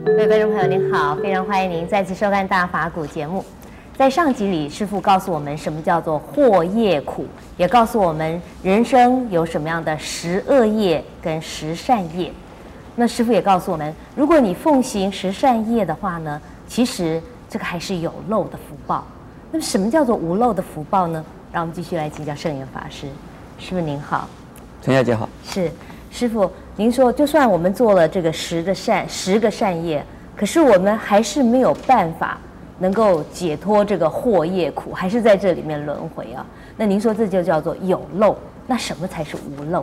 各位观众朋友您好，非常欢迎您再次收看大法古节目。在上集里，师父告诉我们什么叫做祸业苦，也告诉我们人生有什么样的十恶业跟十善业。那师父也告诉我们，如果你奉行十善业的话呢，其实这个还是有漏的福报。那么什么叫做无漏的福报呢？让我们继续来请教圣严法师。师父您好。 陈小姐好。 是，师父您说，就算我们做了这个十个善业，可是我们还是没有办法能够解脱这个祸业苦，还是在这里面轮回啊。那您说这就叫做有漏，那什么才是无漏？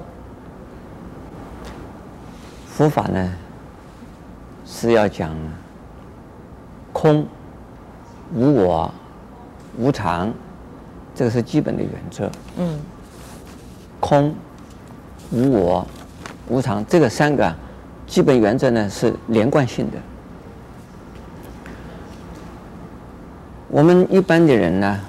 佛法呢是要讲空、无我、无常，这个是基本的原则。空、无我、无常这个三个基本原则呢是连贯性的。我们一般的人呢，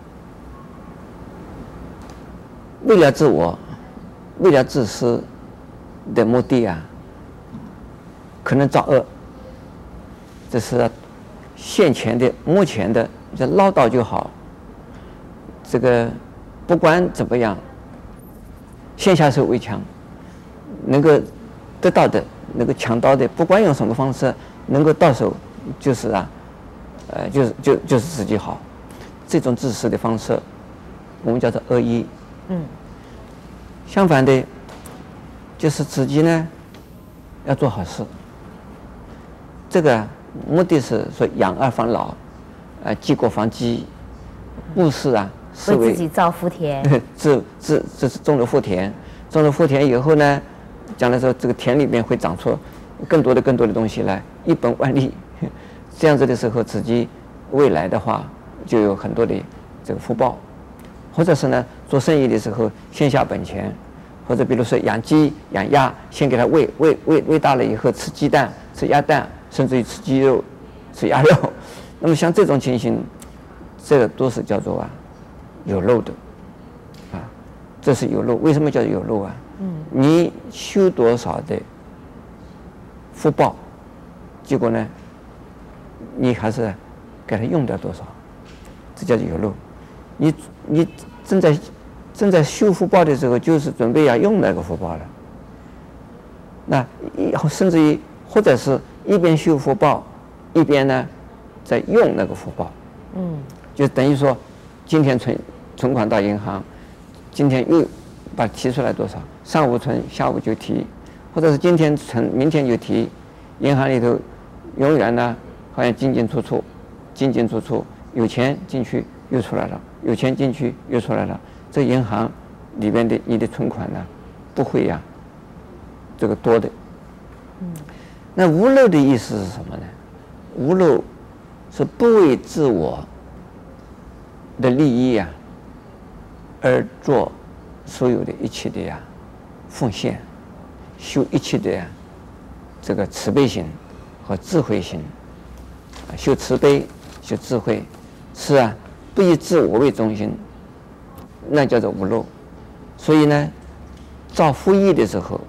为了自我、为了自私的目的啊，可能造恶。这是现前的、目前的，就捞到就好。这个不管怎么样，先下手为强，能够得到的、能够抢到的，不管用什么方式能够到手，就是啊。就是自己好，这种自私的方式，我们叫做恶意。相反的，就是自己呢要做好事。这个目的是说养儿防老，济国防饥，布施啊， 为自己造福田。 这是种了福田，种了福田以后呢，将来说这个田里面会长出更多的东西来，一本万利。这样子的时候，自己未来的话就有很多的这个福报，或者是呢做生意的时候先下本钱，或者比如说养鸡养鸭，先给它喂大了以后吃鸡蛋吃鸭蛋，甚至于吃鸡肉吃鸭肉。那么像这种情形，这个都是叫做有漏的这是有漏。为什么叫有漏啊？你修多少的福报，结果呢你还是给他用掉多少，这叫有漏。你正在修福报的时候，就是准备要用那个福报了。那甚至于或者是一边修福报，一边呢在用那个福报。就等于说，今天存款到银行，今天又把提出来多少，上午存，下午就提，或者是今天存，明天就提，银行里头永远呢。好像进进出出，有钱进去又出来了，有钱进去又出来了。这银行里边的你的存款呢，不会这个多的。那无漏的意思是什么呢？无漏是不为自我的利益而做所有的一切的奉献，修一切的这个慈悲心和智慧心。修慈悲，修智慧，是不以自我为中心，那叫做无漏。所以呢，造福业的时候，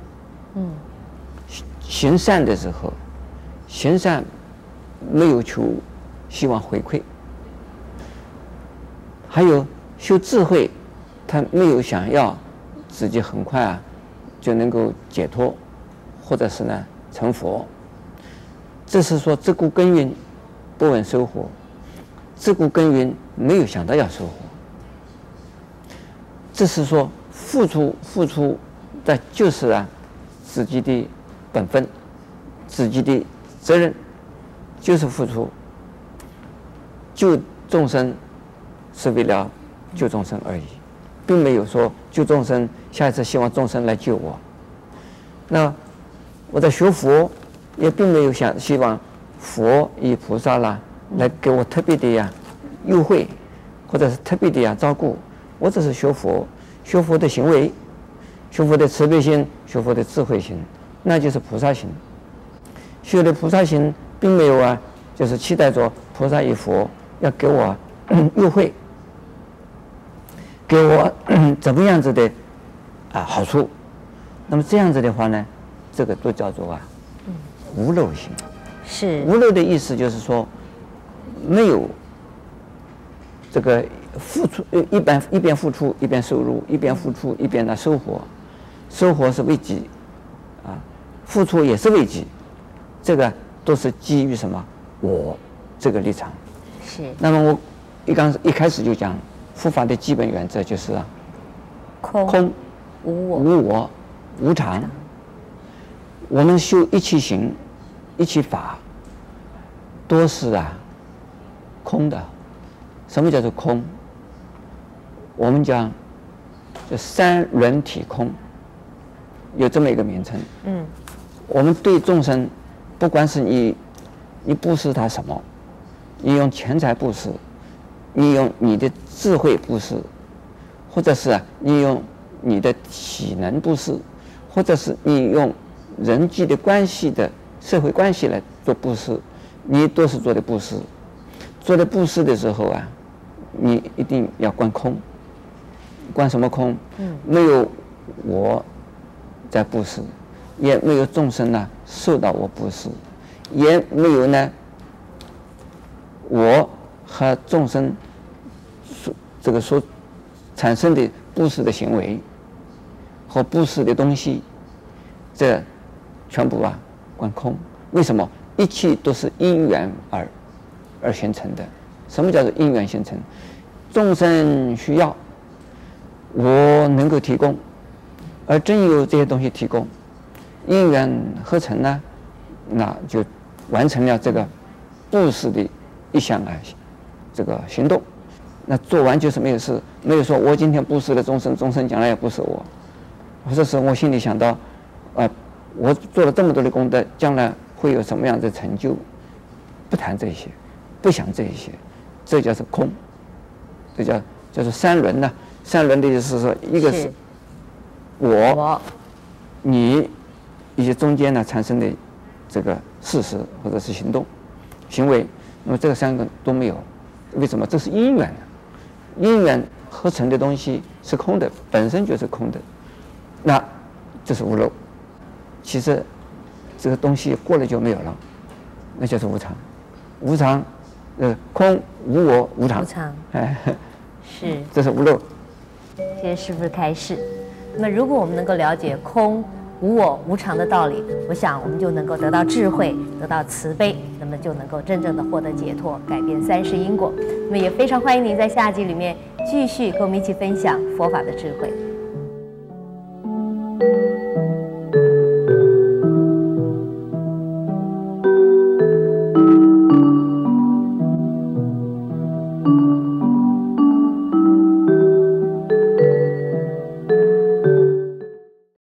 行善的时候，行善没有求希望回馈；还有修智慧，他没有想要自己很快就能够解脱，或者是呢成佛。这是说自古耕耘不问收获，自古耕耘没有想到要收获。这是说付出的就是自己的本分，自己的责任，就是付出。救众生是为了救众生而已，并没有说救众生，下一次希望众生来救我。那我在学佛，也并没有希望佛与菩萨来给我特别的优惠，或者是特别的照顾。我只是学佛的行为，学佛的慈悲心，学佛的智慧心，那就是菩萨心。学的菩萨心，并没有就是期待着菩萨与佛要给我优惠，给我怎么样子的好处。那么这样子的话呢，这个都叫做无漏心。 是无漏的意思就是说，没有这个付出，一边付出一边收入，一边付出一边的收获，收获是为己，啊，付出也是为己，这个都是基于什么？我这个立场。 是。 那么我一开始就讲，佛法的基本原则就是空、无我、无常。我们修一切行、一切法，都是空的。什么叫做空？我们讲就三轮体空，有这么一个名称。我们对众生，不管是你布施他什么，你用钱财布施，你用你的智慧布施，或者是你用你的体能布施，或者是你用人际的关系的社会关系来做布施，你都是做的布施。做的布施的时候你一定要观空。观什么空？没有我在布施，也没有众生受到我布施，也没有我和众生所产生的布施的行为和布施的东西，这全部观空。为什么？一切都是因缘而形成的。什么叫做因缘形成？众生需要，我能够提供，而真有这些东西提供，因缘合成呢，那就完成了这个布施的一项这个行动。那做完就是没有事，没有说我今天布施了众生，众生将来也布施我，或者是我心里想到我做了这么多的功德，将来会有什么样的成就？不谈这些，不想这些，这叫做空。这叫做三轮呢。三轮的意思是说，一个是我、你以及中间产生的这个事实或者是行为，那么这三个都没有。为什么？这是因缘，因缘合成的东西是空的，本身就是空的，那这是无漏。其实这个东西过了就没有了，那就是无常。无常，空、无我、无常。 无常，是， 这是无漏。 谢谢师父的开示。那么，如果我们能够了解空、无我、无常的道理，我想我们就能够得到智慧，得到慈悲，那么就能够真正的获得解脱，改变三世因果。那么也非常欢迎您在下集里面继续跟我们一起分享佛法的智慧。